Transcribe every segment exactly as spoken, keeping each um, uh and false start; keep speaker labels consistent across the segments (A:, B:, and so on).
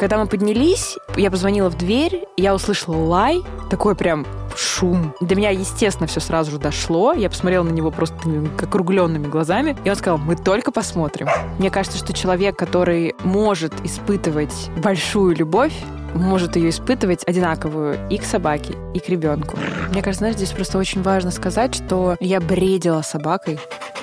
A: Когда мы поднялись, я позвонила в дверь, я услышала лай, такой прям шум. До меня, естественно, все сразу же дошло. Я посмотрела на него просто округленными глазами. И он сказал, мы только посмотрим. Мне кажется, что человек, который может испытывать большую любовь, может ее испытывать одинаковую и к собаке, и к ребенку. Мне кажется, знаешь, здесь просто очень важно сказать, что я бредила собакой.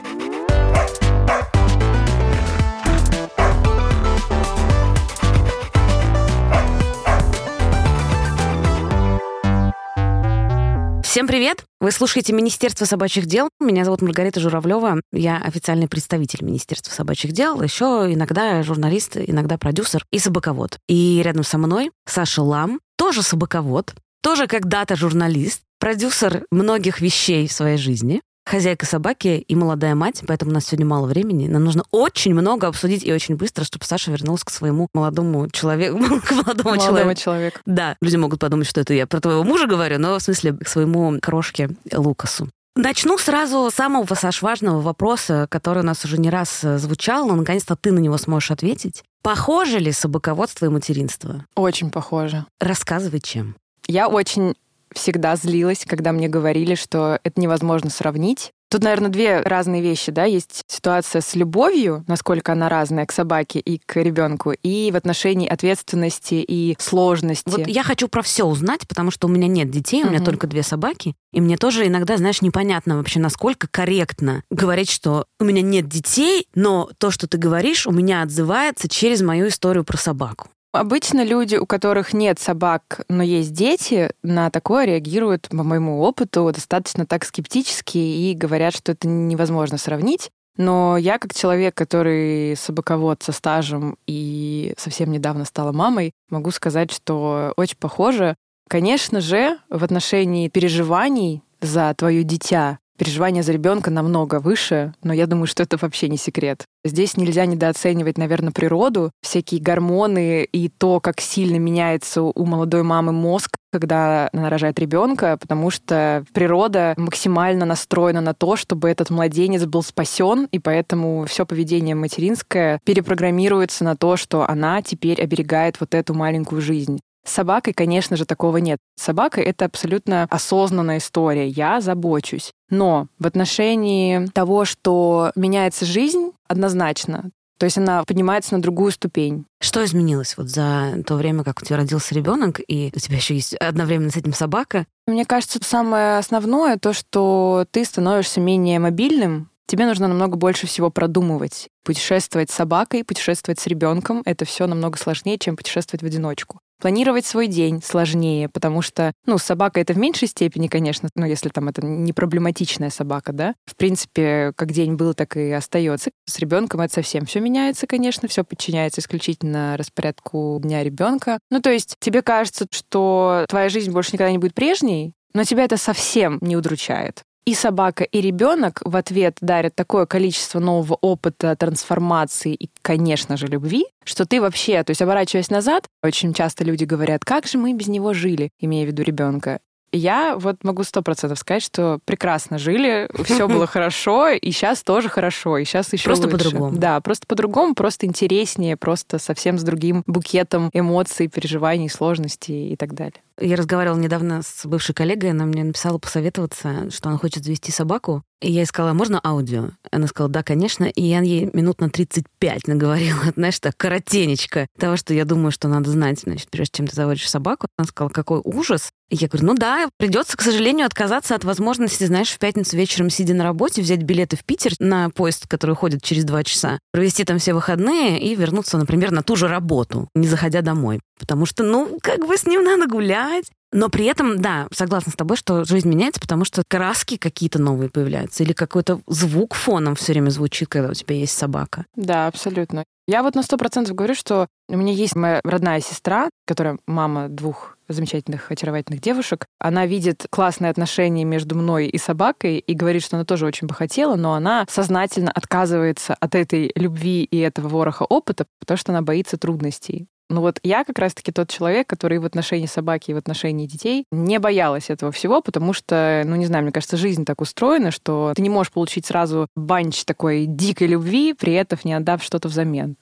B: Всем привет! Вы слушаете Министерство собачьих дел. Меня зовут Маргарита Журавлева. Я официальный представитель Министерства собачьих дел. Еще иногда журналист, иногда продюсер и собаковод. И рядом со мной Саша Лам, тоже собаковод, тоже когда-то журналист, продюсер многих вещей в своей жизни, хозяйка собаки и молодая мать, поэтому у нас сегодня мало времени. Нам нужно очень много обсудить и очень быстро, чтобы Саша вернулась к своему молодому человеку. К молодому
A: Молодому
B: человеку.
A: человеку.
B: Да, люди могут подумать, что это я про твоего мужа говорю, но в смысле к своему крошке Лукасу. Начну сразу с самого, Саш, важного вопроса, который у нас уже не раз звучал, но наконец-то ты на него сможешь ответить. Похоже ли собаководство и материнство?
A: Очень похоже.
B: Рассказывай, чем.
A: Я очень всегда злилась, когда мне говорили, что это невозможно сравнить. Тут, наверное, две разные вещи, да, есть ситуация с любовью, насколько она разная к собаке и к ребенку, и в отношении ответственности и сложности.
B: Вот я хочу про все узнать, потому что у меня нет детей, у меня uh-huh. только две собаки, и мне тоже иногда, знаешь, непонятно вообще, насколько корректно говорить, что у меня нет детей, но то, что ты говоришь, у меня отзывается через мою историю про собаку.
A: Обычно люди, у которых нет собак, но есть дети, на такое реагируют, по моему опыту, достаточно так скептически и говорят, что это невозможно сравнить. Но я, как человек, который собаковод со стажем и совсем недавно стала мамой, могу сказать, что очень похоже. Конечно же, в отношении переживаний за твое дитя, переживания за ребенка намного выше, но я думаю, что это вообще не секрет. Здесь нельзя недооценивать, наверное, природу, всякие гормоны и то, как сильно меняется у молодой мамы мозг, когда она рожает ребенка, потому что природа максимально настроена на то, чтобы этот младенец был спасен, и поэтому все поведение материнское перепрограммируется на то, что она теперь оберегает вот эту маленькую жизнь. С собакой, конечно же, такого нет. Собака — это абсолютно осознанная история. Я забочусь. Но в отношении того, что меняется жизнь, однозначно. То есть она поднимается на другую ступень.
B: Что изменилось вот за то время, как у тебя родился ребенок, и у тебя еще есть одновременно с этим собака?
A: Мне кажется, самое основное то, что ты становишься менее мобильным. Тебе нужно намного больше всего продумывать. Путешествовать с собакой, путешествовать с ребенком — это все намного сложнее, чем путешествовать в одиночку. Планировать свой день сложнее, потому что, ну, собака — это в меньшей степени, конечно, ну, если там это не проблематичная собака, да. В принципе, как день был, так и остается. С ребенком это совсем все меняется, конечно, все подчиняется исключительно распорядку дня ребенка. Ну, то есть тебе кажется, что твоя жизнь больше никогда не будет прежней, но тебя это совсем не удручает. И собака, и ребенок в ответ дарят такое количество нового опыта, трансформации и, конечно же, любви, что ты вообще, то есть оборачиваясь назад, очень часто люди говорят, как же мы без него жили, имея в виду ребенка. Я вот могу сто процентов сказать, что прекрасно жили, все было хорошо, и сейчас тоже хорошо, и сейчас еще
B: просто
A: лучше.
B: По-другому.
A: Да, просто по-другому, просто интереснее, просто совсем с другим букетом эмоций, переживаний, сложностей и так далее.
B: Я разговаривала недавно с бывшей коллегой, она мне написала посоветоваться, что она хочет завести собаку. И я ей сказала, можно аудио? Она сказала, да, конечно. И я ей минут на тридцать пять наговорила, знаешь, так, коротенечко того, что я думаю, что надо знать, значит, прежде чем ты заводишь собаку. Она сказала, какой ужас. И я говорю, ну да, придется, к сожалению, отказаться от возможности, знаешь, в пятницу вечером, сидя на работе, взять билеты в Питер на поезд, который ходит через два часа, провести там все выходные и вернуться, например, на ту же работу, не заходя домой. Потому что, ну, как бы с ним надо гулять. Но при этом, да, согласна с тобой, что жизнь меняется, потому что краски какие-то новые появляются, или какой-то звук фоном все время звучит, когда у тебя есть собака.
A: Да, абсолютно. Я вот на сто процентов говорю, что у меня есть моя родная сестра, которая мама двух замечательных, очаровательных девушек. Она видит классные отношения между мной и собакой и говорит, что она тоже очень бы хотела, но она сознательно отказывается от этой любви и этого вороха опыта, потому что она боится трудностей. Ну вот я как раз-таки тот человек, который в отношении собаки и в отношении детей не боялась этого всего, потому что, ну не знаю, мне кажется, жизнь так устроена, что ты не можешь получить сразу банч такой дикой любви, при этом не отдав что-то взамен.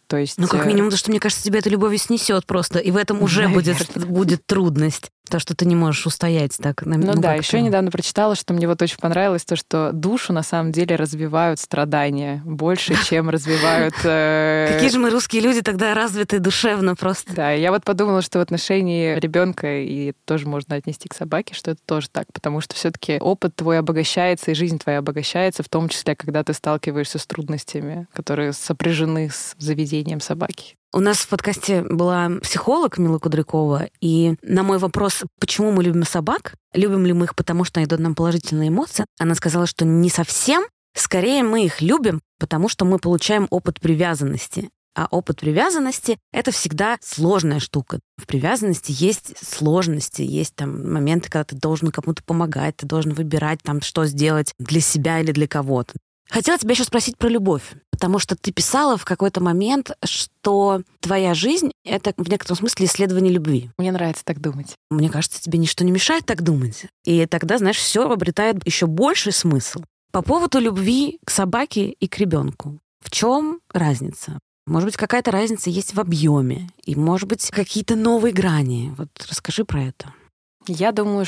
A: То есть...
B: Ну, как минимум, то, что, мне кажется, тебя эта любовь снесет просто, и в этом уже будет, будет трудность. То, что ты не можешь устоять так.
A: Ну, ну да, еще недавно прочитала, что мне вот очень понравилось то, что душу на самом деле развивают страдания больше, чем развивают...
B: Какие же мы русские люди тогда развитые душевно просто.
A: Да, я вот подумала, что в отношении ребенка и тоже можно отнести к собаке, что это тоже так, потому что все-таки опыт твой обогащается, и жизнь твоя обогащается, в том числе, когда ты сталкиваешься с трудностями, которые сопряжены с заведением собаки.
B: У нас в подкасте была психолог Мила Кудрякова, и на мой вопрос, почему мы любим собак, любим ли мы их, потому что они дают нам положительные эмоции, она сказала, что не совсем, скорее мы их любим, потому что мы получаем опыт привязанности. А опыт привязанности — это всегда сложная штука. В привязанности есть сложности, есть там моменты, когда ты должен кому-то помогать, ты должен выбирать, там, что сделать для себя или для кого-то. Хотела тебя еще спросить про любовь, потому что ты писала в какой-то момент, что твоя жизнь — это в некотором смысле исследование любви.
A: Мне нравится так думать.
B: Мне кажется, тебе ничто не мешает так думать. И тогда, знаешь, все обретает еще больший смысл. По поводу любви к собаке и к ребенку. В чем разница? Может быть, какая-то разница есть в объеме, и, может быть, какие-то новые грани. Вот расскажи про это.
A: Я думаю,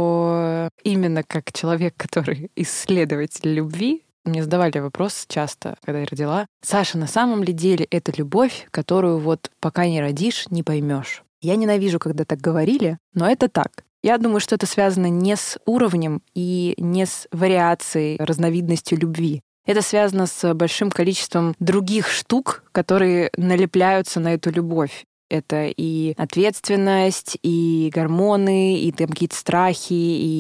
A: что именно как человек, который исследователь любви, мне задавали вопрос часто, когда я родила. Саша, на самом ли деле это любовь, которую вот пока не родишь, не поймешь? Я ненавижу, когда так говорили, но это так. Я думаю, что это связано не с уровнем и не с вариацией, разновидностью любви. Это связано с большим количеством других штук, которые налепляются на эту любовь. Это и ответственность, и гормоны, и там какие-то страхи,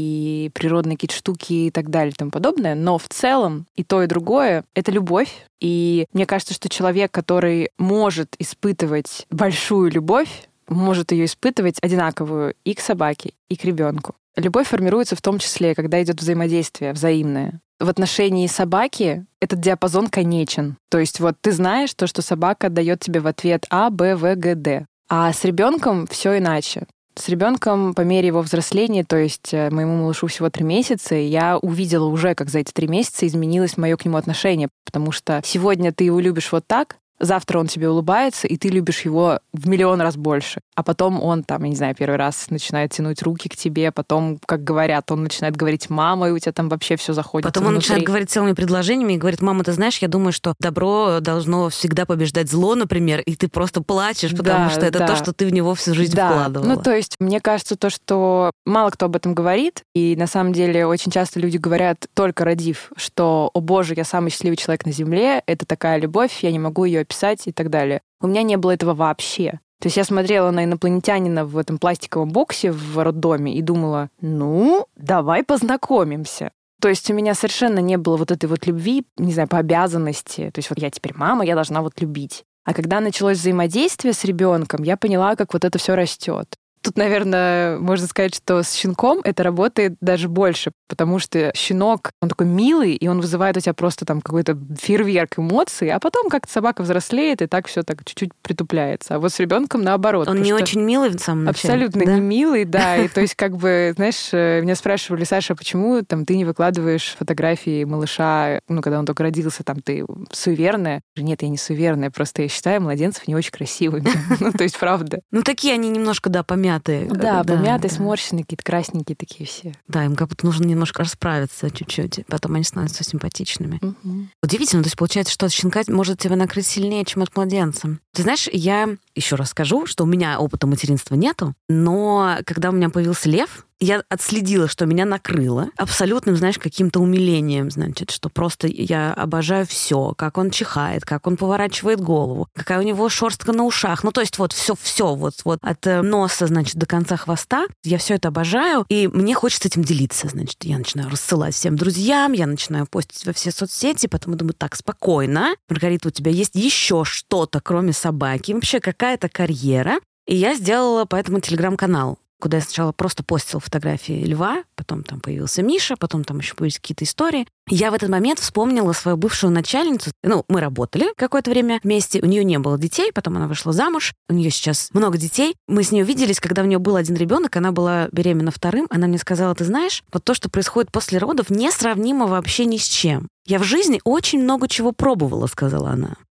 A: и природные какие-то штуки и так далее и тому подобное. Но в целом и то, и другое — это любовь. И мне кажется, что человек, который может испытывать большую любовь, может ее испытывать одинаковую и к собаке, и к ребенку. Любовь формируется в том числе, когда идет взаимодействие взаимное. В отношении собаки этот диапазон конечен. То есть вот ты знаешь то, что собака дает тебе в ответ А, Б, В, Г, Д. А с ребенком все иначе. С ребенком по мере его взросления, то есть моему малышу всего три месяца, я увидела уже, как за эти три месяца изменилось мое к нему отношение. Потому что сегодня ты его любишь вот так, завтра он тебе улыбается, и ты любишь его в миллион раз больше. А потом он, там, я не знаю, первый раз начинает тянуть руки к тебе, потом, как говорят, он начинает говорить «мама», и у тебя там вообще все заходит
B: Потом
A: внутри.
B: Он начинает говорить целыми предложениями и говорит: «Мама, ты знаешь, я думаю, что добро должно всегда побеждать зло», например, и ты просто плачешь, потому
A: да,
B: что это
A: да.
B: то, что ты в него всю жизнь
A: да.
B: вкладывала.
A: Ну, то есть, мне кажется, то, что мало кто об этом говорит, и на самом деле очень часто люди говорят, только родив, что «О боже, я самый счастливый человек на земле, это такая любовь, я не могу ее описать» и так далее. У меня не было этого вообще. То есть я смотрела на инопланетянина в этом пластиковом боксе в роддоме и думала, ну, давай познакомимся. То есть у меня совершенно не было вот этой вот любви, не знаю, по обязанности. То есть вот я теперь мама, я должна вот любить. А когда началось взаимодействие с ребенком, я поняла, как вот это все растет. Тут, наверное, можно сказать, что с щенком это работает даже больше, потому что щенок, он такой милый, и он вызывает у тебя просто там какой-то фейерверк эмоций, а потом как-то собака взрослеет, и так все так чуть-чуть притупляется. А вот с ребенком наоборот.
B: Он не очень милый в самом начале.
A: Абсолютно
B: да?
A: не милый, да. И то есть как бы, знаешь, меня спрашивали: Саша, почему там ты не выкладываешь фотографии малыша, ну, когда он только родился, там ты суеверная? Нет, я не суеверная, просто я считаю младенцев не очень красивыми. Ну, то есть правда.
B: Ну, такие они немножко, да, помятые.
A: Да, помятые, сморщенные, какие-то красненькие такие все.
B: Да, им как будто нужно немножко расправиться чуть-чуть, потом они становятся симпатичными.
A: Угу.
B: Удивительно, то есть получается, что от щенка может тебя накрыть сильнее, чем от младенца. Ты знаешь, я еще раз скажу, что у меня опыта материнства нету, но когда у меня появился Лев, я отследила, что меня накрыло абсолютным, знаешь, каким-то умилением, значит, что просто я обожаю все, как он чихает, как он поворачивает голову, какая у него шерстка на ушах. Ну, то есть вот все, все вот, вот от носа, значит, до конца хвоста. Я все это обожаю, и мне хочется этим делиться, значит. Я начинаю рассылать всем друзьям, я начинаю постить во все соцсети, потом думаю, так, спокойно. Маргарита, у тебя есть еще что-то, кроме собаки, вообще какая-то карьера. И я сделала поэтому телеграм-канал, куда я сначала просто постила фотографии льва, потом там появился Миша, потом там еще появились какие-то истории. Я в этот момент вспомнила свою бывшую начальницу. Ну, мы работали какое-то время вместе, у нее не было детей, потом она вышла замуж, у нее сейчас много детей. Мы с ней виделись, когда у нее был один ребенок, она была беременна вторым, она мне сказала: ты знаешь, вот то, что происходит после родов, несравнимо вообще ни с чем. Я в жизни очень много чего пробовала, сказала она.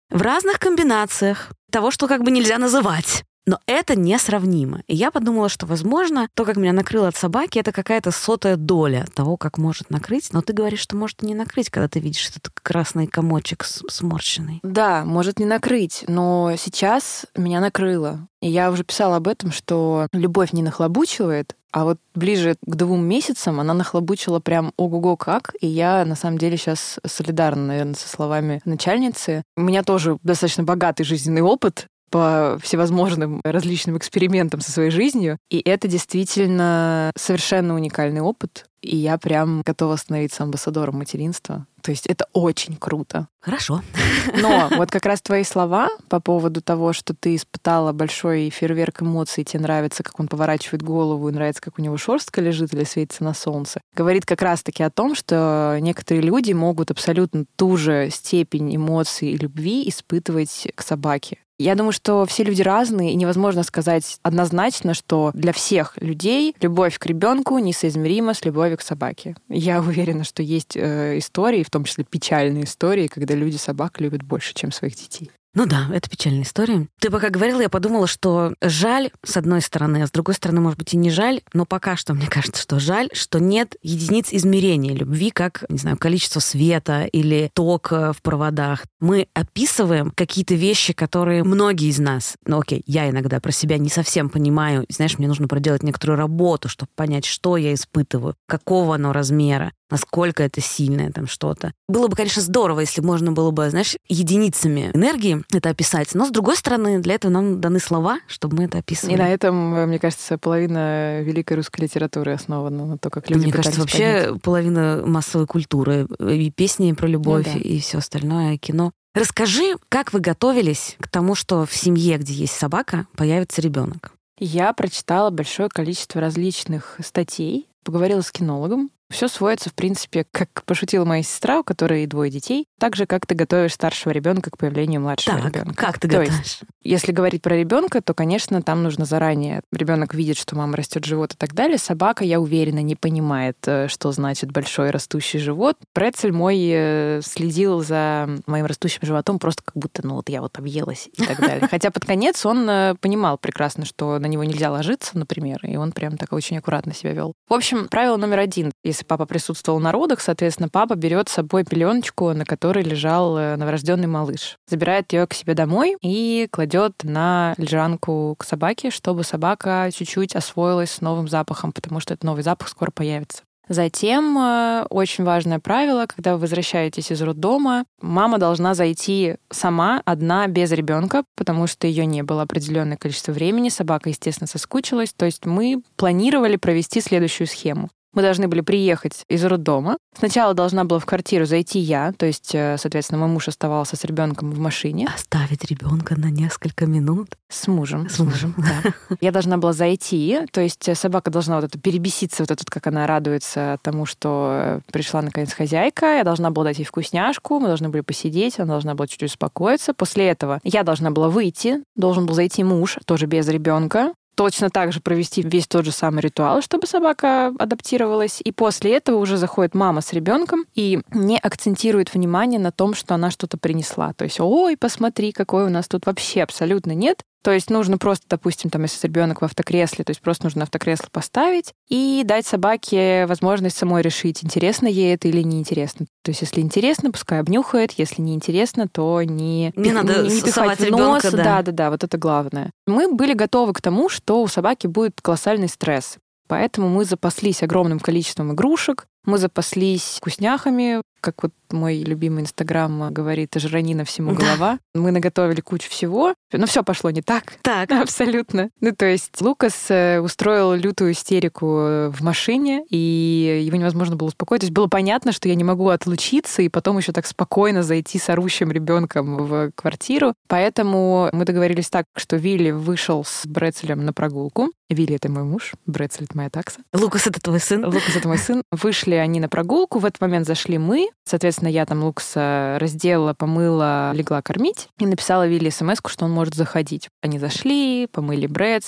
B: в разных комбинациях того, что как бы нельзя называть. Но это несравнимо. И я подумала, что, возможно, то, как меня накрыло от собаки, это какая-то сотая доля того, как может накрыть. Но ты говоришь, что может не накрыть, когда ты видишь этот красный комочек сморщенный.
A: Да, может не накрыть, но сейчас меня накрыло. И я уже писала об этом, что любовь не нахлобучивает, а вот ближе к двум месяцам она нахлобучила прям ого-го как. И я, на самом деле, сейчас солидарна, наверное, со словами начальницы. У меня тоже достаточно богатый жизненный опыт по всевозможным различным экспериментам со своей жизнью. И это действительно совершенно уникальный опыт. И я прям готова становиться амбассадором материнства. То есть это очень круто.
B: Хорошо.
A: Но вот как раз твои слова по поводу того, что ты испытала большой фейерверк эмоций, тебе нравится, как он поворачивает голову, и нравится, как у него шерстка лежит или светится на солнце, говорит как раз-таки о том, что некоторые люди могут абсолютно ту же степень эмоций и любви испытывать к собаке. Я думаю, что все люди разные, и невозможно сказать однозначно, что для всех людей любовь к ребенку несоизмерима с любовью к собаке. Я уверена, что есть э, истории, в том числе печальные истории, когда люди собак любят больше, чем своих детей.
B: Ну да, это печальная история. Ты пока говорила, я подумала, что жаль, с одной стороны, а с другой стороны, может быть, и не жаль, но пока что мне кажется, что жаль, что нет единиц измерения любви, как, не знаю, количество света или ток в проводах. Мы описываем какие-то вещи, которые многие из нас, ну окей, я иногда про себя не совсем понимаю, знаешь, мне нужно проделать некоторую работу, чтобы понять, что я испытываю, какого оно размера, насколько это сильное там что-то. Было бы, конечно, здорово, если можно было бы, знаешь, единицами энергии это описать. Но, с другой стороны, для этого нам даны слова, чтобы мы это описывали.
A: И на этом, мне кажется, половина великой русской литературы основана на то, как люди
B: Мне
A: пытались
B: кажется, вообще
A: понять.
B: половина массовой культуры. И песни про любовь, ну, да. И все остальное, кино. Расскажи, как вы готовились к тому, что в семье, где есть собака, появится ребенок?
A: Я прочитала большое количество различных статей, поговорила с кинологом. Все сводится, в принципе, как пошутила моя сестра, у которой двое детей, так же, как ты готовишь старшего ребенка к появлению младшего
B: так,
A: ребенка.
B: Как ты
A: то
B: готовишь?
A: Есть, если говорить про ребенка, то, конечно, там нужно заранее. Ребенок видит, что мама растет живот и так далее. Собака, я уверена, не понимает, что значит большой растущий живот. Прецель мой следил за моим растущим животом просто как будто, ну вот я вот объелась и так далее. Хотя под конец он понимал прекрасно, что на него нельзя ложиться, например, и он прям так очень аккуратно себя вел. В общем, правило номер один. Если папа присутствовал на родах, соответственно, папа берет с собой пеленочку, на которой лежал новорожденный малыш. Забирает ее к себе домой и кладет на лежанку к собаке, чтобы собака чуть-чуть освоилась с новым запахом, потому что этот новый запах скоро появится. Затем очень важное правило, когда вы возвращаетесь из роддома, мама должна зайти сама, одна, без ребенка, потому что ее не было определенное количество времени, собака, естественно, соскучилась. То есть мы планировали провести следующую схему. Мы должны были приехать из роддома. Сначала должна была в квартиру зайти я, то есть, соответственно, мой муж оставался с ребенком в машине.
B: Оставить ребенка на несколько минут?
A: С мужем.
B: С мужем,
A: да. Я должна была зайти, то есть собака должна вот это перебеситься, вот это, как она радуется тому, что пришла наконец хозяйка. Я должна была дать ей вкусняшку, мы должны были посидеть, она должна была чуть-чуть успокоиться. После этого я должна была выйти, должен был зайти муж, тоже без ребенка. Точно так же провести весь тот же самый ритуал, чтобы собака адаптировалась. И после этого уже заходит мама с ребенком и не акцентирует внимание на том, что она что-то принесла. То есть, ой, посмотри, какой у нас тут вообще абсолютно нет. То есть нужно просто, допустим, там, если ребенок в автокресле, то есть просто нужно автокресло поставить и дать собаке возможность самой решить, интересно ей это или неинтересно. То есть если интересно, пускай обнюхает, если неинтересно, то не,
B: не, не надо
A: не, не пихать в нос. Да, да, да, вот это главное. Мы были готовы к тому, что у собаки будет колоссальный стресс. Поэтому мы запаслись огромным количеством игрушек, мы запаслись вкусняхами, как вот мой любимый Инстаграм говорит, жранина всему голова. Да. Мы наготовили кучу всего, но все пошло не так.
B: Так.
A: Абсолютно. Ну, то есть Лукас устроил лютую истерику в машине, и его невозможно было успокоить. То есть было понятно, что я не могу отлучиться и потом еще так спокойно зайти с орущим ребенком в квартиру. Поэтому мы договорились так, что Вилли вышел с Брецелем на прогулку. Вилли — это мой муж, Брецель — это моя такса.
B: Лукас — это твой сын?
A: Лукас — это мой сын. Вышли они на прогулку, в этот момент зашли мы. Соответственно, я там Лукаса раздела, помыла, легла кормить и написала Вилли смс-ку, что он может заходить. Они зашли, помыли Брецеля,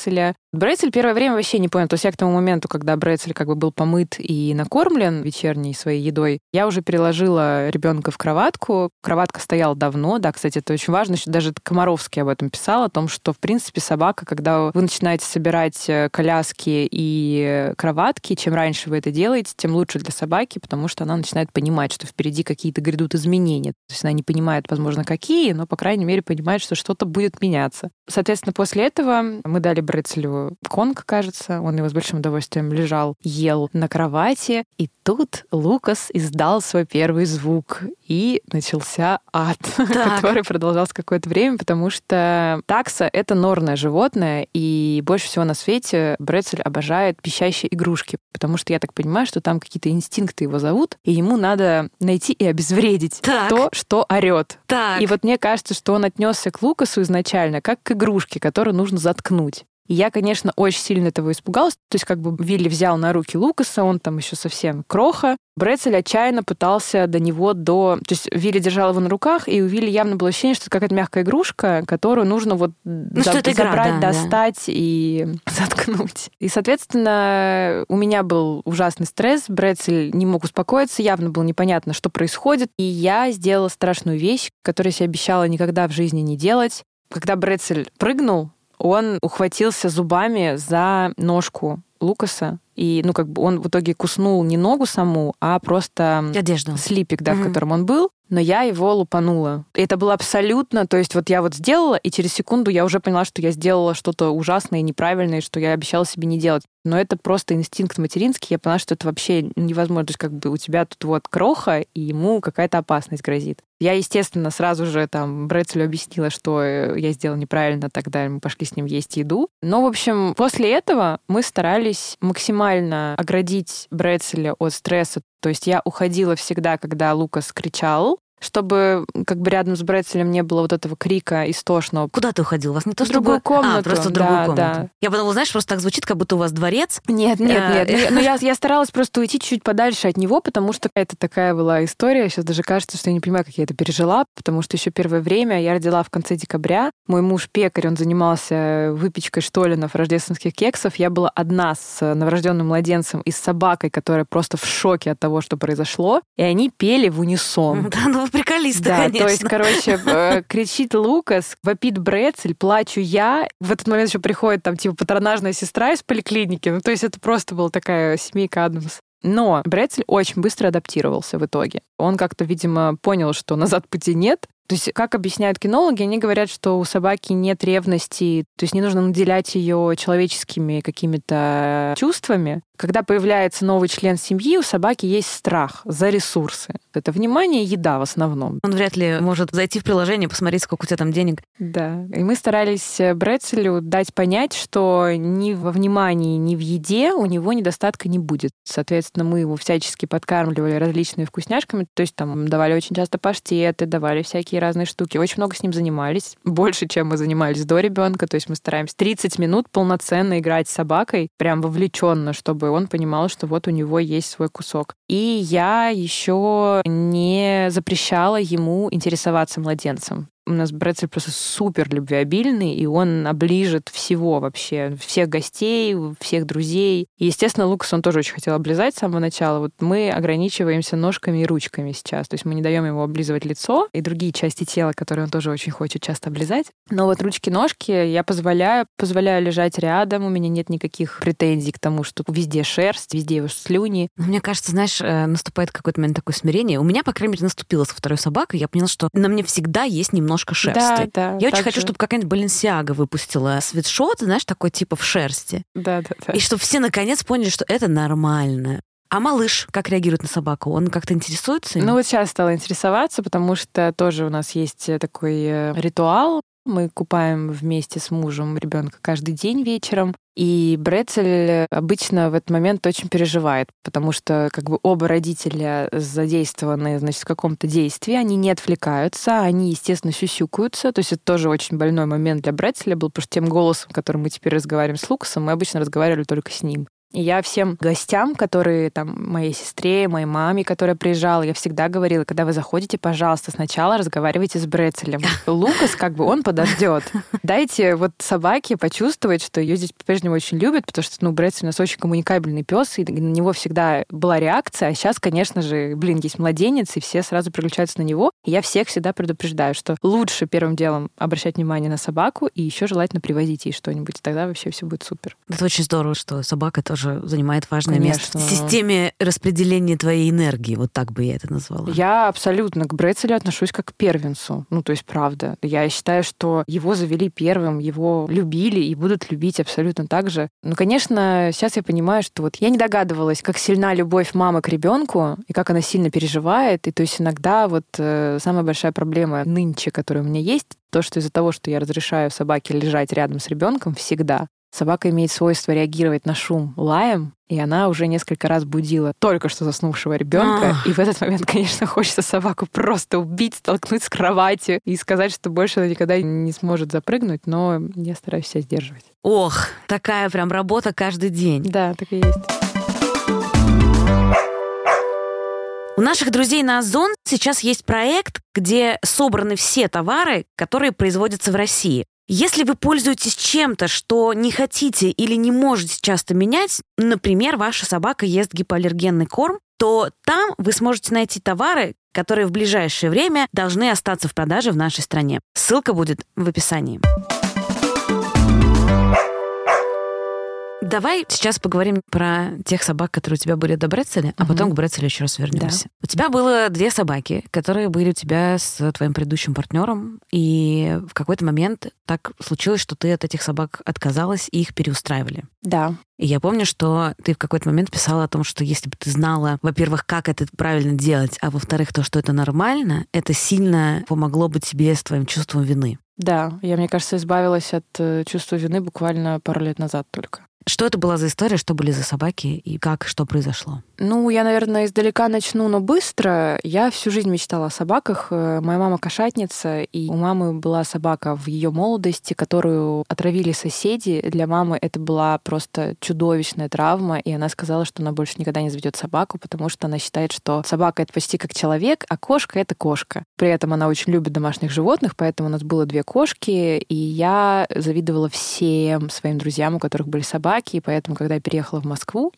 A: Брецель первое время вообще не понял. То есть я к тому моменту, когда Брецель как бы был помыт и накормлен вечерней своей едой, я уже переложила ребенка в кроватку. Кроватка стояла давно. Да, кстати, это очень важно. Даже Комаровский об этом писал, о том, что, в принципе, собака, когда вы начинаете собирать коляски и кроватки, чем раньше вы это делаете, тем лучше для собаки, потому что она начинает понимать, что впереди какие-то грядут изменения. То есть она не понимает, возможно, какие, но, по крайней мере, понимает, что что-то будет меняться. Соответственно, после этого мы дали Брецелю Конг, кажется. Он его с большим удовольствием лежал, ел на кровати. И тут Лукас издал свой первый звук. И начался ад, который продолжался какое-то время, потому что такса — это норное животное, и больше всего на свете Брецель обожает пищащие игрушки, потому что я так понимаю, что там какие-то инстинкты его зовут, и ему надо найти и обезвредить так. то, что орёт. Так. И вот мне кажется, что он отнесся к Лукасу изначально как к игрушке, которую нужно заткнуть. И я, конечно, очень сильно этого испугалась. То есть как бы Вилли взял на руки Лукаса, он там еще совсем кроха. Брецель отчаянно пытался до него до... То есть Вилли держал его на руках, и у Вилли явно было ощущение, что это какая-то мягкая игрушка, которую нужно вот ну, за... забрать, игра, да, достать да. и заткнуть. И, соответственно, у меня был ужасный стресс. Брецель не мог успокоиться, явно было непонятно, что происходит. И я сделала страшную вещь, которую я себе обещала никогда в жизни не делать. Когда Брецель прыгнул, он ухватился зубами за ножку Лукаса. И, ну, как бы он в итоге куснул не ногу саму, а просто
B: одежду.
A: Слипик, да,
B: угу.
A: в котором он был. Но я его лупанула. И это было абсолютно... То есть вот я вот сделала, и через секунду я уже поняла, что я сделала что-то ужасное и неправильное, что я обещала себе не делать. Но это просто инстинкт материнский. Я поняла, что это вообще невозможно. То есть как бы у тебя тут вот кроха, и ему какая-то опасность грозит. Я, естественно, сразу же там Брецелю объяснила, что я сделала неправильно, тогда мы пошли с ним есть еду. Но, в общем, после этого мы старались максимально оградить Брецеля от стресса. То есть я уходила всегда, когда Лукас кричал, чтобы как бы рядом с Брецелем не было вот этого крика истошного.
B: Куда ты уходил? У вас не то,
A: в другую
B: чтобы...
A: комнату.
B: А, просто в другую
A: да,
B: комнату.
A: Да.
B: Я подумала, знаешь, просто так звучит, как будто у вас дворец.
A: Нет, нет, нет. Но я, я старалась просто уйти чуть-чуть подальше от него, потому что это такая была история. Сейчас даже кажется, что я не понимаю, как я это пережила, потому что еще первое время я родила в конце декабря. Мой муж пекарь, он занимался выпечкой штолленов, рождественских кексов. Я была одна с новорожденным младенцем и с собакой, которая просто в шоке от того, что произошло. И они пели в унисон.
B: Да, ну вы приколисты,
A: да,
B: конечно.
A: То есть, короче, кричит Лукас, вопит Брецель, плачу я. В этот момент еще приходит там типа патронажная сестра из поликлиники. Ну, то есть это просто была такая семейка Адамс. Но Брецель очень быстро адаптировался в итоге. Он как-то, видимо, понял, что назад пути нет. То есть, как объясняют кинологи, они говорят, что у собаки нет ревности, то есть не нужно наделять ее человеческими какими-то чувствами. Когда появляется новый член семьи, у собаки есть страх за ресурсы. Это внимание и еда в основном.
B: Он вряд ли может зайти в приложение, посмотреть, сколько у тебя там денег.
A: Да. И мы старались Брецелю дать понять, что ни во внимании, ни в еде у него недостатка не будет. Соответственно, мы его всячески подкармливали различными вкусняшками. То есть там давали очень часто паштеты, давали всякие разные штуки. Очень много с ним занимались. Больше, чем мы занимались до ребенка. То есть мы стараемся тридцать минут полноценно играть с собакой, прям вовлеченно, чтобы он понимал, что вот у него есть свой кусок. И я еще не запрещала ему интересоваться младенцем. У нас Брецель просто супер любвеобильный, и он оближет всего вообще, всех гостей, всех друзей. И, естественно, Лукас он тоже очень хотел облизать с самого начала. Вот мы ограничиваемся ножками и ручками сейчас. То есть мы не даем ему облизывать лицо и другие части тела, которые он тоже очень хочет часто облизать. Но вот ручки-ножки я позволяю, позволяю лежать рядом. У меня нет никаких претензий к тому, что везде шерсть, везде его слюни.
B: Мне кажется, знаешь, наступает какой-то момент такое смирение. У меня, по крайней мере, наступило со второй собакой. Я поняла, что на мне всегда есть немного шерсти.
A: Да, да,
B: я очень хочу,
A: же.
B: чтобы какая-нибудь Balenciaga выпустила свитшот, знаешь, такой типа в шерсти.
A: Да, да, да.
B: И чтобы все наконец поняли, что это нормально. А малыш как реагирует на собаку? Он как-то интересуется?
A: Ну вот сейчас стала интересоваться, потому что тоже у нас есть такой ритуал. Мы купаем вместе с мужем ребенка каждый день вечером. И Брецель обычно в этот момент очень переживает, потому что как бы оба родителя задействованы, значит, в каком-то действии, они не отвлекаются, они, естественно, сюсюкаются. То есть это тоже очень больной момент для Брецеля был, потому что тем голосом, которым мы теперь разговариваем с Лукасом, мы обычно разговаривали только с ним. И я всем гостям, которые там, моей сестре, моей маме, которая приезжала, я всегда говорила, когда вы заходите, пожалуйста, сначала разговаривайте с Брецелем. Лукас, как бы, он подождет. Дайте вот собаке почувствовать, что ее здесь по-прежнему очень любят, потому что, ну, Брецель у нас очень коммуникабельный пес, и на него всегда была реакция. А сейчас, конечно же, блин, есть младенец, и все сразу переключаются на него. И я всех всегда предупреждаю, что лучше первым делом обращать внимание на собаку, и еще желательно привозить ей что-нибудь. Тогда вообще все будет супер.
B: Это очень здорово, что собака тоже занимает важное
A: Конечно.
B: место в системе распределения твоей энергии. Вот так бы я это назвала.
A: Я абсолютно к Брецелю отношусь как к первенцу. Ну, то есть, правда. Я считаю, что его завели первым, его любили и будут любить абсолютно так же. Ну, конечно, сейчас я понимаю, что вот я не догадывалась, как сильна любовь мамы к ребенку и как она сильно переживает. И то есть иногда вот э, самая большая проблема нынче, которая у меня есть, то, что из-за того, что я разрешаю собаке лежать рядом с ребенком всегда, собака имеет свойство реагировать на шум лаем, и она уже несколько раз будила только что заснувшего ребенка. И в этот момент, конечно, хочется собаку просто убить, столкнуть с кроватью и сказать, что больше она никогда не сможет запрыгнуть, но я стараюсь себя сдерживать.
B: Ох, такая прям работа каждый день.
A: Да, так и есть.
B: У наших друзей на Озон сейчас есть проект, где собраны все товары, которые производятся в России. Если вы пользуетесь чем-то, что не хотите или не можете часто менять, например, ваша собака ест гипоаллергенный корм, то там вы сможете найти товары, которые в ближайшее время должны остаться в продаже в нашей стране. Ссылка будет в описании. Давай сейчас поговорим про тех собак, которые у тебя были до Брецеля, а потом к Брецелю еще раз вернемся. Да. У тебя было две собаки, которые были у тебя с твоим предыдущим партнером, и в какой-то момент так случилось, что ты от этих собак отказалась, и их переустраивали.
A: Да.
B: И я помню, что ты в какой-то момент писала о том, что если бы ты знала, во-первых, как это правильно делать, а во-вторых, то, что это нормально, это сильно помогло бы тебе с твоим чувством вины.
A: Да, я, мне кажется, избавилась от чувства вины буквально пару лет назад только.
B: Что это была за история, что были за собаки и как, что произошло?
A: Ну, я, наверное, издалека начну, но быстро. Я всю жизнь мечтала о собаках. Моя мама кошатница, и у мамы была собака в ее молодости, которую отравили соседи. Для мамы это была просто чудовищная травма, и она сказала, что она больше никогда не заведет собаку, потому что она считает, что собака — это почти как человек, а кошка — это кошка. При этом она очень любит домашних животных, поэтому у нас было две кошки, и я завидовала всем своим друзьям, у которых были собаки, и поэтому, когда я переехала в Москву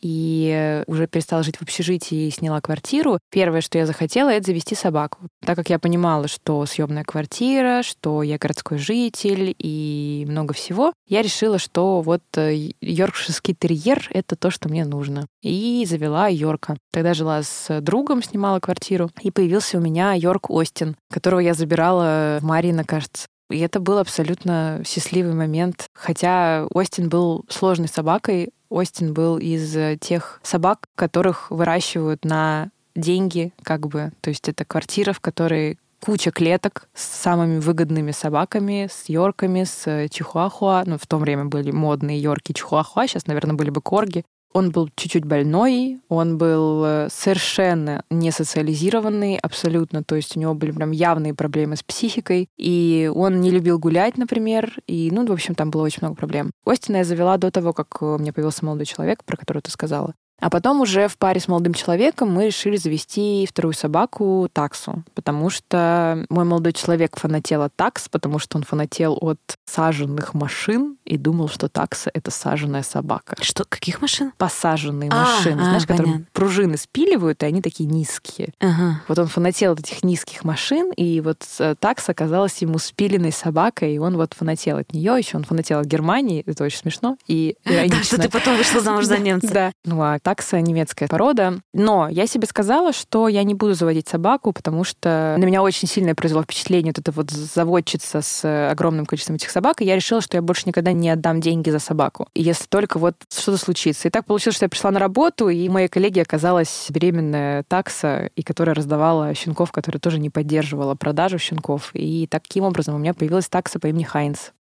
A: и уже перестала жить в общежитии и сняла квартиру, первое, что я захотела, это завести собаку. Так как я понимала, что съемная квартира, что я городской житель и много всего, я решила, что вот йоркширский терьер — это то, что мне нужно. И завела Йорка. Тогда жила с другом, снимала квартиру, и появился у меня Йорк Остин, которого я забирала в Марьино, кажется. И это был абсолютно счастливый момент. Хотя Остин был сложной собакой. Остин был из тех собак, которых выращивают на деньги, как бы. То есть это квартира, в которой куча клеток с самыми выгодными собаками, с йорками, с чихуахуа. Ну, в то время были модные йорки, чихуахуа. Сейчас, наверное, были бы корги. Он был чуть-чуть больной, он был совершенно не социализированный, абсолютно, то есть у него были прям явные проблемы с психикой, и он не любил гулять, например, и, ну, в общем, там было очень много проблем. Остина я завела до того, как у меня появился молодой человек, про которого ты сказала. А потом уже в паре с молодым человеком мы решили завести вторую собаку, таксу, потому что мой молодой человек фанател от такс, потому что он фанател от саженных машин и думал, что такса — это саженная собака.
B: Что? Каких машин?
A: Посаженные
B: а,
A: машины,
B: а,
A: знаешь,
B: понятно.
A: которые пружины спиливают, и они такие низкие.
B: Ага.
A: Вот он фанател от этих низких машин, и вот такса оказалась ему спиленной собакой, и он вот фанател от нее. Еще он фанател от Германии, это очень смешно и иронично.
B: Так что ты потом вышла замуж за немца.
A: Да. Ну, а такса — немецкая порода. Но я себе сказала, что я не буду заводить собаку, потому что на меня очень сильное произвело впечатление вот эта вот заводчица с огромным количеством этих собак, и я решила, что я больше никогда не отдам деньги за собаку, если только вот что-то случится. И так получилось, что я пришла на работу, и моей коллеге оказалась беременная такса, и которая раздавала щенков, которая тоже не поддерживала продажу щенков. И таким образом у меня появилась такса по имени Хайнц.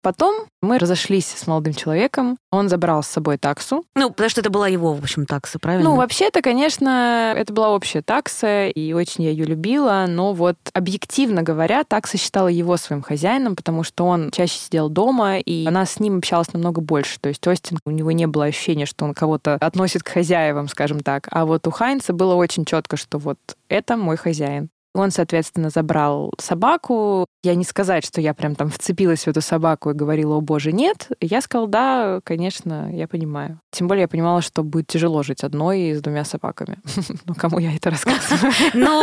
A: Потом мы разошлись с молодым человеком, он забрал с собой таксу.
B: Ну, потому что это была его, в общем, такса, правильно?
A: Ну, вообще-то, конечно, это была общая такса, и очень я ее любила, но вот объективно говоря, такса считала его своим хозяином, потому что он чаще сидел дома, и она с ним общалась намного больше. То есть Остин, у него не было ощущения, что он кого-то относит к хозяевам, скажем так. А вот у Хайнца было очень четко, что вот это мой хозяин. Он, соответственно, забрал собаку. Я не сказать, что я прям там вцепилась в эту собаку и говорила, о боже, нет. Я сказала, да, конечно, я понимаю. Тем более я понимала, что будет тяжело жить одной с двумя собаками. Ну, кому я это рассказываю?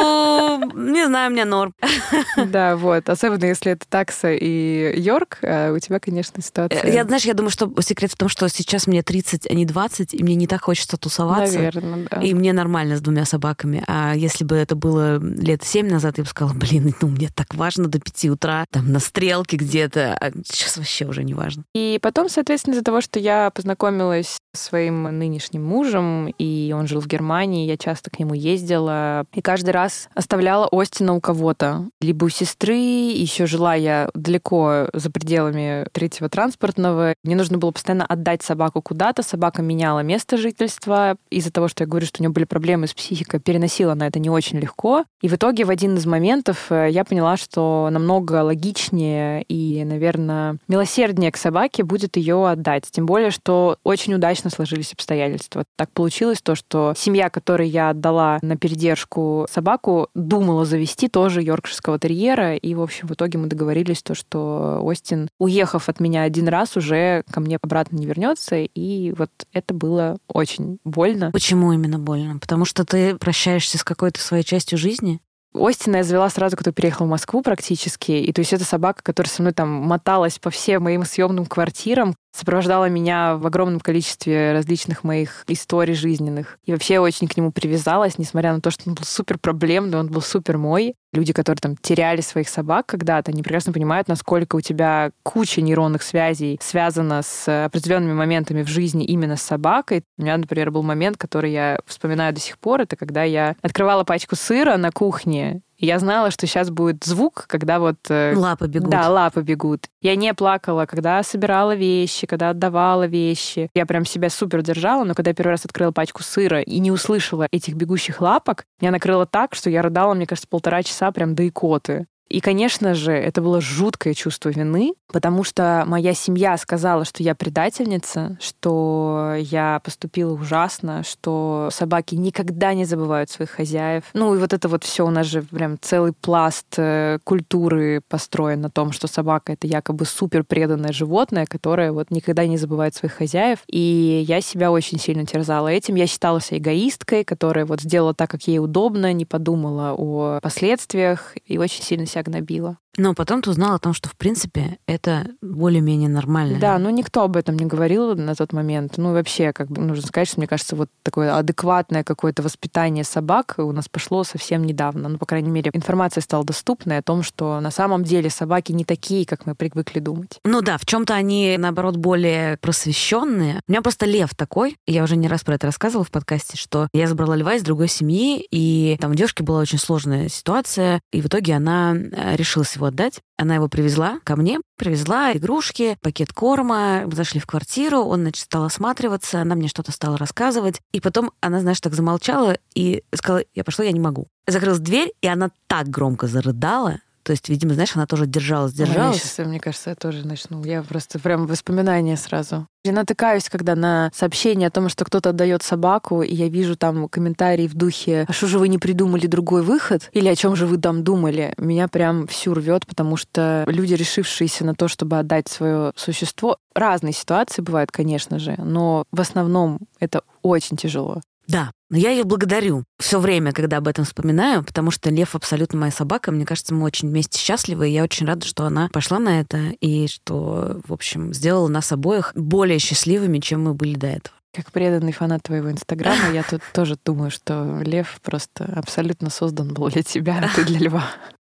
B: Ну, не знаю, мне норм.
A: Да, вот. Особенно, если это такса и Йорк, у тебя, конечно, ситуация...
B: Я, знаешь, я думаю, что секрет в том, что сейчас мне тридцать, а не двадцать, и мне не так хочется тусоваться.
A: Наверное, да.
B: И мне нормально с двумя собаками. А если бы это было лет семь назад, я бы сказала, блин, ну мне так важно до пяти утра, там на стрелке где-то, а сейчас вообще уже не важно.
A: И потом, соответственно, из-за того, что я познакомилась со своим нынешним мужем, и он жил в Германии, я часто к нему ездила, и каждый раз оставляла Остина у кого-то. Либо у сестры, еще жила я далеко за пределами третьего транспортного. Мне нужно было постоянно отдать собаку куда-то, собака меняла место жительства. Из-за того, что я говорю, что у нее были проблемы с психикой, переносила она это не очень легко. И в итоге в один из моментов я поняла, что намного логичнее и, наверное, милосерднее к собаке будет ее отдать. Тем более, что очень удачно сложились обстоятельства. Так получилось то, что семья, которой я отдала на передержку собаку, думала завести тоже йоркширского терьера. И, в общем, в итоге мы договорились то, что Остин, уехав от меня один раз, уже ко мне обратно не вернется. И вот это было очень больно.
B: Почему именно больно? Потому что ты прощаешься с какой-то своей частью жизни?
A: Остина я завела сразу, когда переехала в Москву практически. И то есть это собака, которая со мной там моталась по всем моим съемным квартирам, сопровождала меня в огромном количестве различных моих историй жизненных. И вообще очень к нему привязалась, несмотря на то, что он был супер проблемный, он был супер мой. Люди, которые там теряли своих собак когда-то, они прекрасно понимают, насколько у тебя куча нейронных связей связана с определенными моментами в жизни именно с собакой. У меня, например, был момент, который я вспоминаю до сих пор, это когда я открывала пачку сыра на кухне, и я знала, что сейчас будет звук, когда вот...
B: Лапы бегут.
A: Да, лапы бегут. Я не плакала, когда собирала вещи, когда отдавала вещи. Я прям себя супер держала, но когда я первый раз открыла пачку сыра и не услышала этих бегущих лапок, меня накрыло так, что я рыдала, мне кажется, полтора часа прям до икоты. И, конечно же, это было жуткое чувство вины, потому что моя семья сказала, что я предательница, что я поступила ужасно, что собаки никогда не забывают своих хозяев. Ну и вот это вот все у нас же прям целый пласт культуры построен на том, что собака — это якобы супер преданное животное, которое вот никогда не забывает своих хозяев. И я себя очень сильно терзала этим. Я считала себя эгоисткой, которая вот сделала так, как ей удобно, не подумала о последствиях и очень сильно себя гнобила.
B: Но потом ты узнала о том, что, в принципе, это более-менее нормально.
A: Да, но никто об этом не говорил на тот момент. Ну, вообще, как бы, нужно сказать, что, мне кажется, вот такое адекватное какое-то воспитание собак у нас пошло совсем недавно. Ну, по крайней мере, информация стала доступной о том, что на самом деле собаки не такие, как мы привыкли думать.
B: Ну да, в чем-то они, наоборот, более просвещенные. У меня просто лев такой, я уже не раз про это рассказывала в подкасте, что я забрала льва из другой семьи, и там у девушки была очень сложная ситуация, и в итоге она решилась его отдать. Она его привезла ко мне, привезла игрушки, пакет корма, зашли в квартиру, он, значит, стал осматриваться, она мне что-то стала рассказывать, и потом она, знаешь, так замолчала и сказала, я пошла, я не могу. Закрылась дверь, и она так громко зарыдала. То есть, видимо, знаешь, она тоже держалась, держалась.
A: Ой, сейчас, мне кажется, я тоже начну. Я просто прям воспоминания сразу. Я натыкаюсь, когда на сообщение о том, что кто-то отдает собаку, и я вижу там комментарии в духе «А что же вы не придумали другой выход?» или «О чем же вы там думали?» Меня прям всю рвет, потому что люди, решившиеся на то, чтобы отдать свое существо, разные ситуации бывают, конечно же, но в основном это очень тяжело.
B: Да, но я ее благодарю все время, когда об этом вспоминаю, потому что Лев абсолютно моя собака. Мне кажется, мы очень вместе счастливы, и я очень рада, что она пошла на это, и что, в общем, сделала нас обоих более счастливыми, чем мы были до этого.
A: Как преданный фанат твоего Инстаграма, я тут тоже думаю, что Лев просто абсолютно создан был для тебя, а ты для льва.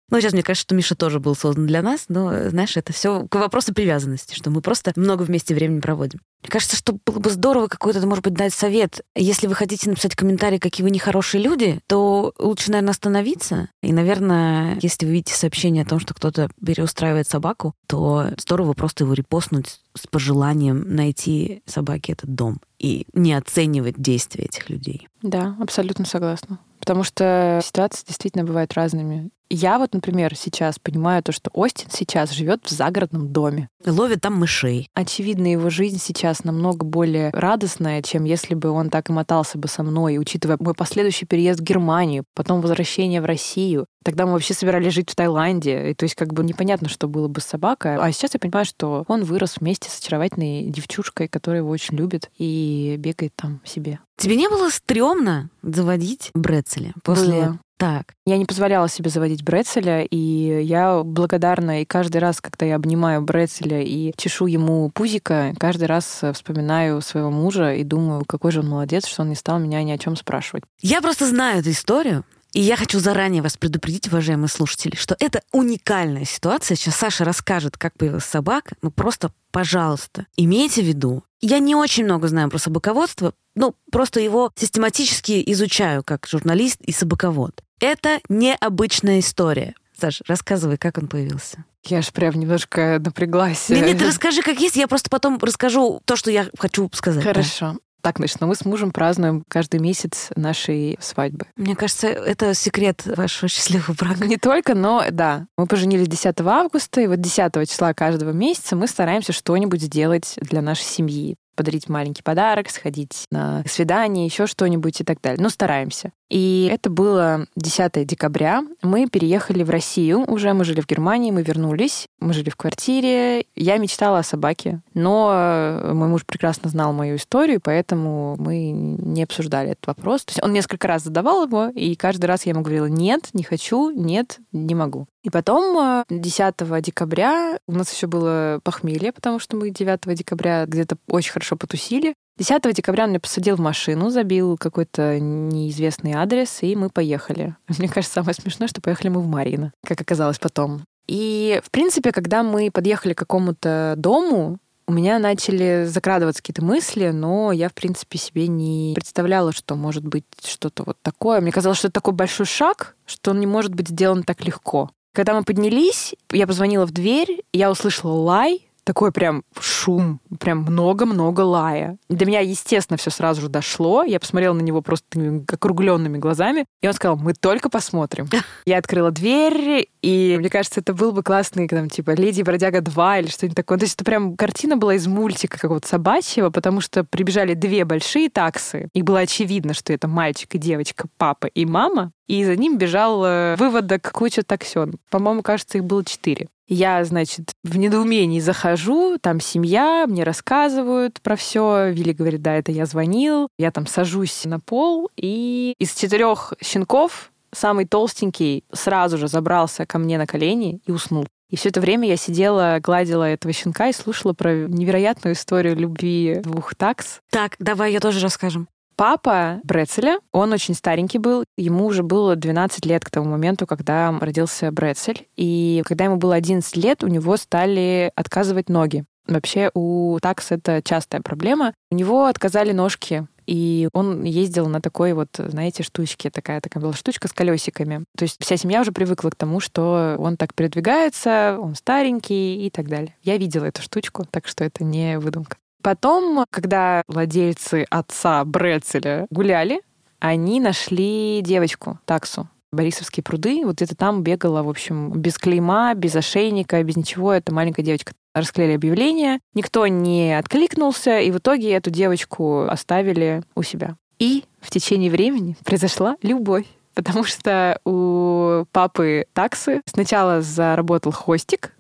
B: Ну, сейчас мне кажется, что Миша тоже был создан для нас, но, знаешь, это все к вопросу привязанности, что мы просто много вместе времени проводим. Мне кажется, что было бы здорово какой-то, может быть, дать совет. Если вы хотите написать комментарий, какие вы нехорошие люди, то лучше, наверное, остановиться. И, наверное, если вы видите сообщение о том, что кто-то переустраивает собаку, то здорово просто его репостнуть с пожеланием найти собаке этот дом и не оценивать действия этих людей.
A: Да, абсолютно согласна. Потому что ситуации действительно бывают разными. Я вот, например, сейчас понимаю то, что Остин сейчас живет в загородном доме.
B: Ловит там мышей.
A: Очевидно, его жизнь сейчас намного более радостная, чем если бы он так и мотался бы со мной, учитывая мой последующий переезд в Германию, потом возвращение в Россию. Тогда мы вообще собирались жить в Таиланде. И, то есть как бы непонятно, что было бы с собакой. А сейчас я понимаю, что он вырос вместе с очаровательной девчушкой, которая его очень любит и бегает там себе.
B: Тебе не было стрёмно заводить Брецеля после...
A: Было.
B: Так.
A: Я не позволяла себе заводить Брецеля, и я благодарна, и каждый раз, когда я обнимаю Брецеля и чешу ему пузико, каждый раз вспоминаю своего мужа и думаю, какой же он молодец, что он не стал меня ни о чем спрашивать.
B: Я просто знаю эту историю, и я хочу заранее вас предупредить, уважаемые слушатели, что это уникальная ситуация. Сейчас Саша расскажет, как появилась собака. Ну просто, пожалуйста, имейте в виду. Я не очень много знаю про собаководство, но просто его систематически изучаю как журналист и собаковод. Это необычная история. Саша, рассказывай, как он появился.
A: Я ж прям немножко напряглась.
B: Нет, нет, ты расскажи, как есть, я просто потом расскажу то, что я хочу сказать.
A: Хорошо. Да. Так, значит, но мы с мужем празднуем каждый месяц нашей свадьбы.
B: Мне кажется, это секрет вашего счастливого брака.
A: Не только, но да. Мы поженились десятого августа, и вот десятого числа каждого месяца мы стараемся что-нибудь сделать для нашей семьи. Подарить маленький подарок, сходить на свидание, еще что-нибудь и так далее. Ну, стараемся. И это было десятого декабря. Мы переехали в Россию уже. Мы жили в Германии, мы вернулись. Мы жили в квартире. Я мечтала о собаке. Но мой муж прекрасно знал мою историю, поэтому мы не обсуждали этот вопрос. То есть он несколько раз задавал его, и каждый раз я ему говорила: нет, не хочу, нет, не могу. И потом десятого декабря у нас еще было похмелье, потому что мы девятого декабря где-то очень хорошо потусили. десятого декабря он меня посадил в машину, забил какой-то неизвестный адрес, и мы поехали. Мне кажется, самое смешное, что поехали мы в Марьино, как оказалось потом. И, в принципе, когда мы подъехали к какому-то дому, у меня начали закрадываться какие-то мысли, но я, в принципе, себе не представляла, что может быть что-то вот такое. Мне казалось, что это такой большой шаг, что он не может быть сделан так легко. Когда мы поднялись, я позвонила в дверь, я услышала лай, такой прям шум, прям много-много лая. До меня, естественно, все сразу же дошло. Я посмотрела на него просто округленными глазами, и он сказал: мы только посмотрим. Я открыла дверь, и мне кажется, это был бы классный, там, типа, «Леди и бродяга два» или что-нибудь такое. То есть это прям картина была из мультика какого-то собачьего, потому что прибежали две большие таксы, и было очевидно, что это мальчик и девочка, папа и мама, и за ним бежал выводок куча таксён. По-моему, кажется, их было четыре. Я, значит, в недоумении захожу, там семья, мне рассказывают про все. Вилли говорит: да, это я звонил. Я там сажусь на пол, и из четырех щенков самый толстенький сразу же забрался ко мне на колени и уснул. И все это время я сидела, гладила этого щенка и слушала про невероятную историю любви двух такс.
B: Так, давай я тоже расскажем.
A: Папа Брецеля, он очень старенький был, ему уже было двенадцать лет к тому моменту, когда родился Брецель. И когда ему было одиннадцать лет, у него стали отказывать ноги. Вообще у такс это частая проблема. У него отказали ножки, и он ездил на такой вот, знаете, штучке, такая такая была штучка с колесиками. То есть вся семья уже привыкла к тому, что он так передвигается, он старенький и так далее. Я видела эту штучку, так что это не выдумка. Потом, когда владельцы отца Брецеля гуляли, они нашли девочку, таксу. Борисовские пруды. Вот это там бегала, в общем, без клейма, без ошейника, без ничего. Это маленькая девочка. Расклеили объявление. Никто не откликнулся, и в итоге эту девочку оставили у себя. И в течение времени произошла любовь. Потому что у папы таксы сначала заработал хвостик,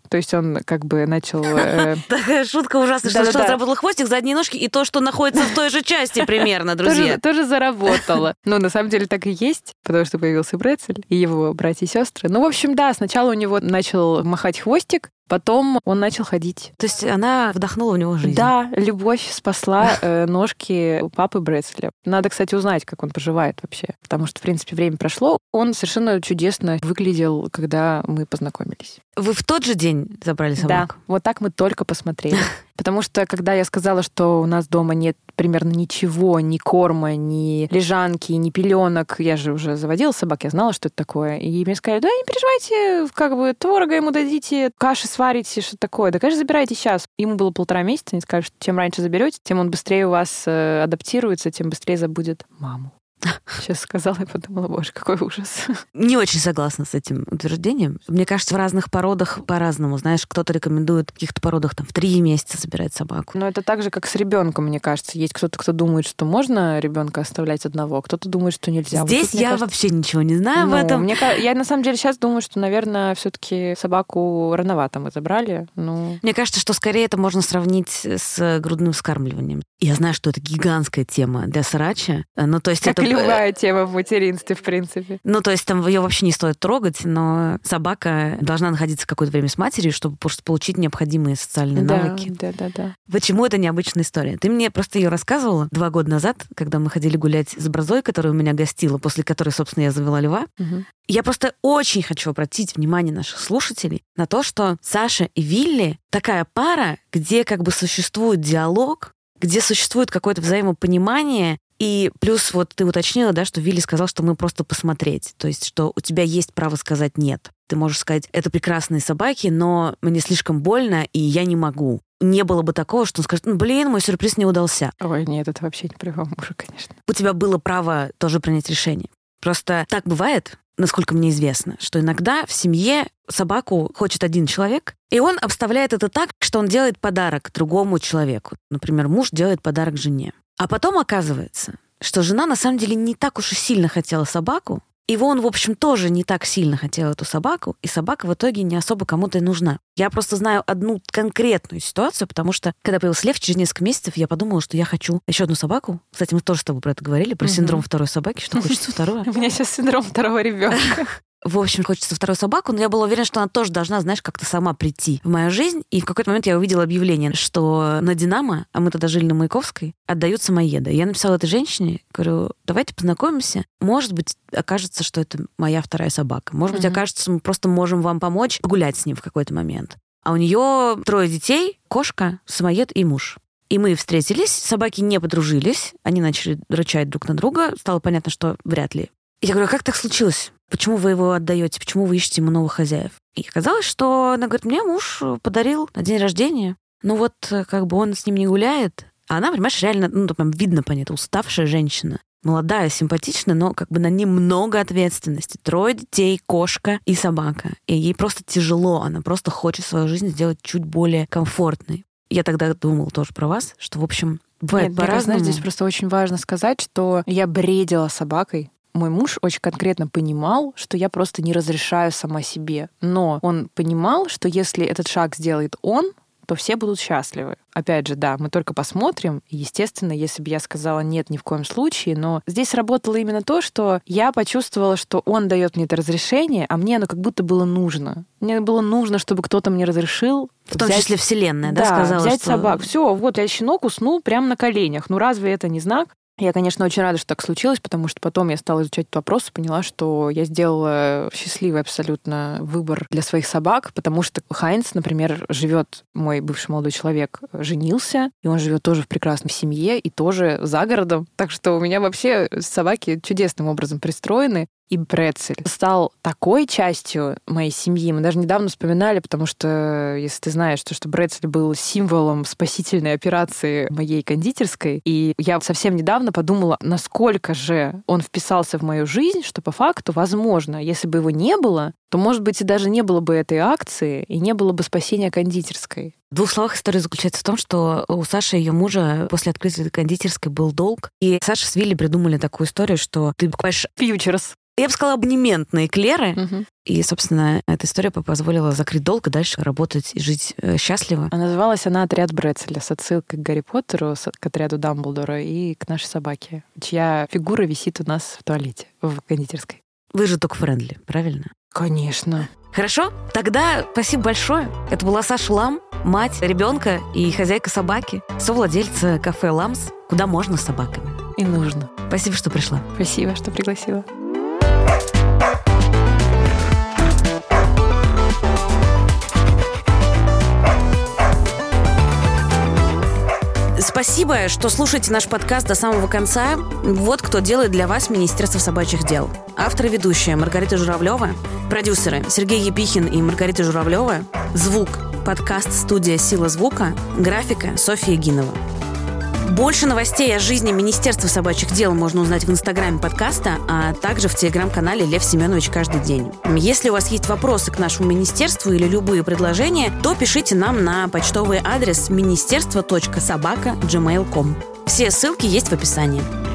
A: То есть он как бы начал...
B: Такая шутка ужасная, что сначала заработал хвостик, задние ножки и то, что находится в той же части примерно, друзья.
A: Тоже заработало. Но на самом деле так и есть, потому что появился Брецель и его братья и сестры. Ну, в общем, да, сначала у него начал махать хвостик, потом он начал ходить.
B: То есть она вдохнула в него жизнь.
A: Да, любовь спасла э, ножки у папы Брецеля. Надо, кстати, узнать, как он поживает вообще. Потому что, в принципе, время прошло. Он совершенно чудесно выглядел, когда мы познакомились.
B: Вы в тот же день забрали собаку?
A: Да, вот так мы только посмотрели. Потому что, когда я сказала, что у нас дома нет примерно ничего, ни корма, ни лежанки, ни пеленок, я же уже заводила собак, я знала, что это такое. И мне сказали, да, не переживайте, как бы творога ему дадите, каши сварите, что такое. Да, конечно, забирайте сейчас. Ему было полтора месяца, они сказали, что чем раньше заберете, тем он быстрее у вас э, адаптируется, тем быстрее забудет маму. Сейчас сказала и подумала, боже, какой ужас.
B: Не очень согласна с этим утверждением. Мне кажется, в разных породах по-разному. Знаешь, кто-то рекомендует в каких-то породах там в три месяца собирать собаку.
A: Но это так же, как с ребенком, мне кажется. Есть кто-то, кто думает, что можно ребенка оставлять одного, кто-то думает, что нельзя.
B: Здесь
A: вот тут,
B: я
A: кажется...
B: вообще ничего не знаю
A: ну,
B: об этом.
A: Мне, я на самом деле сейчас думаю, что, наверное, все-таки собаку рановато мы забрали. Ну...
B: Мне кажется, что скорее это можно сравнить с грудным вскармливанием. Я знаю, что это гигантская тема для срача. Ну, то есть
A: как
B: это...
A: любая тема в материнстве, в принципе.
B: Ну, то есть там ее вообще не стоит трогать, но собака должна находиться какое-то время с матерью, чтобы просто получить необходимые социальные
A: да,
B: навыки.
A: Да, да, да.
B: Почему это необычная история? Ты мне просто ее рассказывала два года назад, когда мы ходили гулять с Бразой, которая у меня гостила, после которой, собственно, я завела льва.
A: Угу.
B: Я просто очень хочу обратить внимание наших слушателей на то, что Саша и Вилли такая пара, где как бы существует диалог, где существует какое-то взаимопонимание. И плюс вот ты уточнила, да, что Вилли сказал, что мы просто посмотреть. То есть, что у тебя есть право сказать «нет». Ты можешь сказать «это прекрасные собаки, но мне слишком больно, и я не могу». Не было бы такого, что он скажет «ну, блин, мой сюрприз не удался».
A: Ой, нет, это вообще не про его мужа, конечно.
B: У тебя было право тоже принять решение. Просто так бывает, насколько мне известно, что иногда в семье собаку хочет один человек, и он обставляет это так, что он делает подарок другому человеку. Например, муж делает подарок жене. А потом оказывается, что жена на самом деле не так уж и сильно хотела собаку, и он, в общем, тоже не так сильно хотел эту собаку, и собака в итоге не особо кому-то и нужна. Я просто знаю одну конкретную ситуацию, потому что, когда появился Лев, через несколько месяцев я подумала, что я хочу еще одну собаку. Кстати, мы тоже с тобой про это говорили, про синдром второй собаки, что хочется вторую.
A: У меня сейчас синдром второго ребенка.
B: В общем, хочется вторую собаку, но я была уверена, что она тоже должна, знаешь, как-то сама прийти в мою жизнь. И в какой-то момент я увидела объявление, что на Динамо, а мы тогда жили на Маяковской, отдают самоеда. Я написала этой женщине, говорю, давайте познакомимся. Может быть, окажется, что это моя вторая собака. Может быть, mm-hmm. окажется, мы просто можем вам помочь погулять с ним в какой-то момент. А у нее трое детей, кошка, самоед и муж. И мы встретились, собаки не подружились, они начали рычать друг на друга. Стало понятно, что вряд ли. И я говорю, а как так случилось? Почему вы его отдаете? Почему вы ищете ему новых хозяев? И оказалось, что она говорит, мне муж подарил на день рождения. Ну вот, как бы он с ним не гуляет. А она, понимаешь, реально, ну, там видно по ней, это уставшая женщина. Молодая, симпатичная, но как бы на ней много ответственности. Трое детей, кошка и собака. И ей просто тяжело. Она просто хочет свою жизнь сделать чуть более комфортной. Я тогда думала тоже про вас, что, в общем, бывает
A: Нет,
B: по-разному.
A: Знаешь, здесь просто очень важно сказать, что я бредила собакой. Мой муж очень конкретно понимал, что я просто не разрешаю сама себе. Но он понимал, что если этот шаг сделает он, то все будут счастливы. Опять же, да, мы только посмотрим. Естественно, если бы я сказала нет ни в коем случае, но здесь работало именно то, что я почувствовала, что он дает мне это разрешение, а мне оно как будто было нужно. Мне было нужно, чтобы кто-то мне разрешил.
B: В том
A: взять...
B: числе Вселенная, да,
A: да
B: сказала,
A: взять
B: что...
A: собак. Все, вот я щенок уснул прямо на коленях. Ну разве это не знак? Я, конечно, очень рада, что так случилось, потому что потом я стала изучать этот вопрос и поняла, что я сделала счастливый абсолютно выбор для своих собак, потому что Хайнц, например, живет, мой бывший молодой человек, женился, и он живет тоже в прекрасной семье и тоже за городом. Так что у меня вообще собаки чудесным образом пристроены. И Брецель стал такой частью моей семьи. Мы даже недавно вспоминали, потому что, если ты знаешь, то, что Брецель был символом спасительной операции моей кондитерской, и я совсем недавно подумала, насколько же он вписался в мою жизнь, что по факту, возможно, если бы его не было, то, может быть, и даже не было бы этой акции, и не было бы спасения кондитерской.
B: В двух словах история заключается в том, что у Саши и ее мужа после открытия кондитерской был долг, и Саша с Вилли придумали такую историю, что ты покупаешь...
A: Фьючерс.
B: Я бы сказала, абонемент на эклеры.
A: Угу.
B: И, собственно, эта история позволила закрыть долг и дальше работать и жить э, счастливо.
A: А называлась она «Отряд Брецеля» с отсылкой к Гарри Поттеру, к отряду Дамблдора и к нашей собаке, чья фигура висит у нас в туалете, в кондитерской.
B: Вы же док-френдли, правильно?
A: Конечно.
B: Хорошо? Тогда спасибо большое. Это была Саша Лам, мать ребенка и хозяйка собаки, совладельца кафе «Ламс», куда можно с собаками.
A: И нужно.
B: Спасибо, что пришла.
A: Спасибо, что пригласила.
B: Спасибо, что слушаете наш подкаст до самого конца. Вот кто делает для вас Министерство собачьих дел. Автор и ведущая Маргарита Журавлева, продюсеры Сергей Епихин и Маргарита Журавлева, звук, подкаст «Студия Сила звука», графика Софья Гинова. Больше новостей о жизни Министерства собачьих дел можно узнать в инстаграме подкаста, а также в телеграм-канале Лев Семенович каждый день. Если у вас есть вопросы к нашему министерству или любые предложения, то пишите нам на почтовый адрес министерство точка собака точка джимейл точка ком. Все ссылки есть в описании.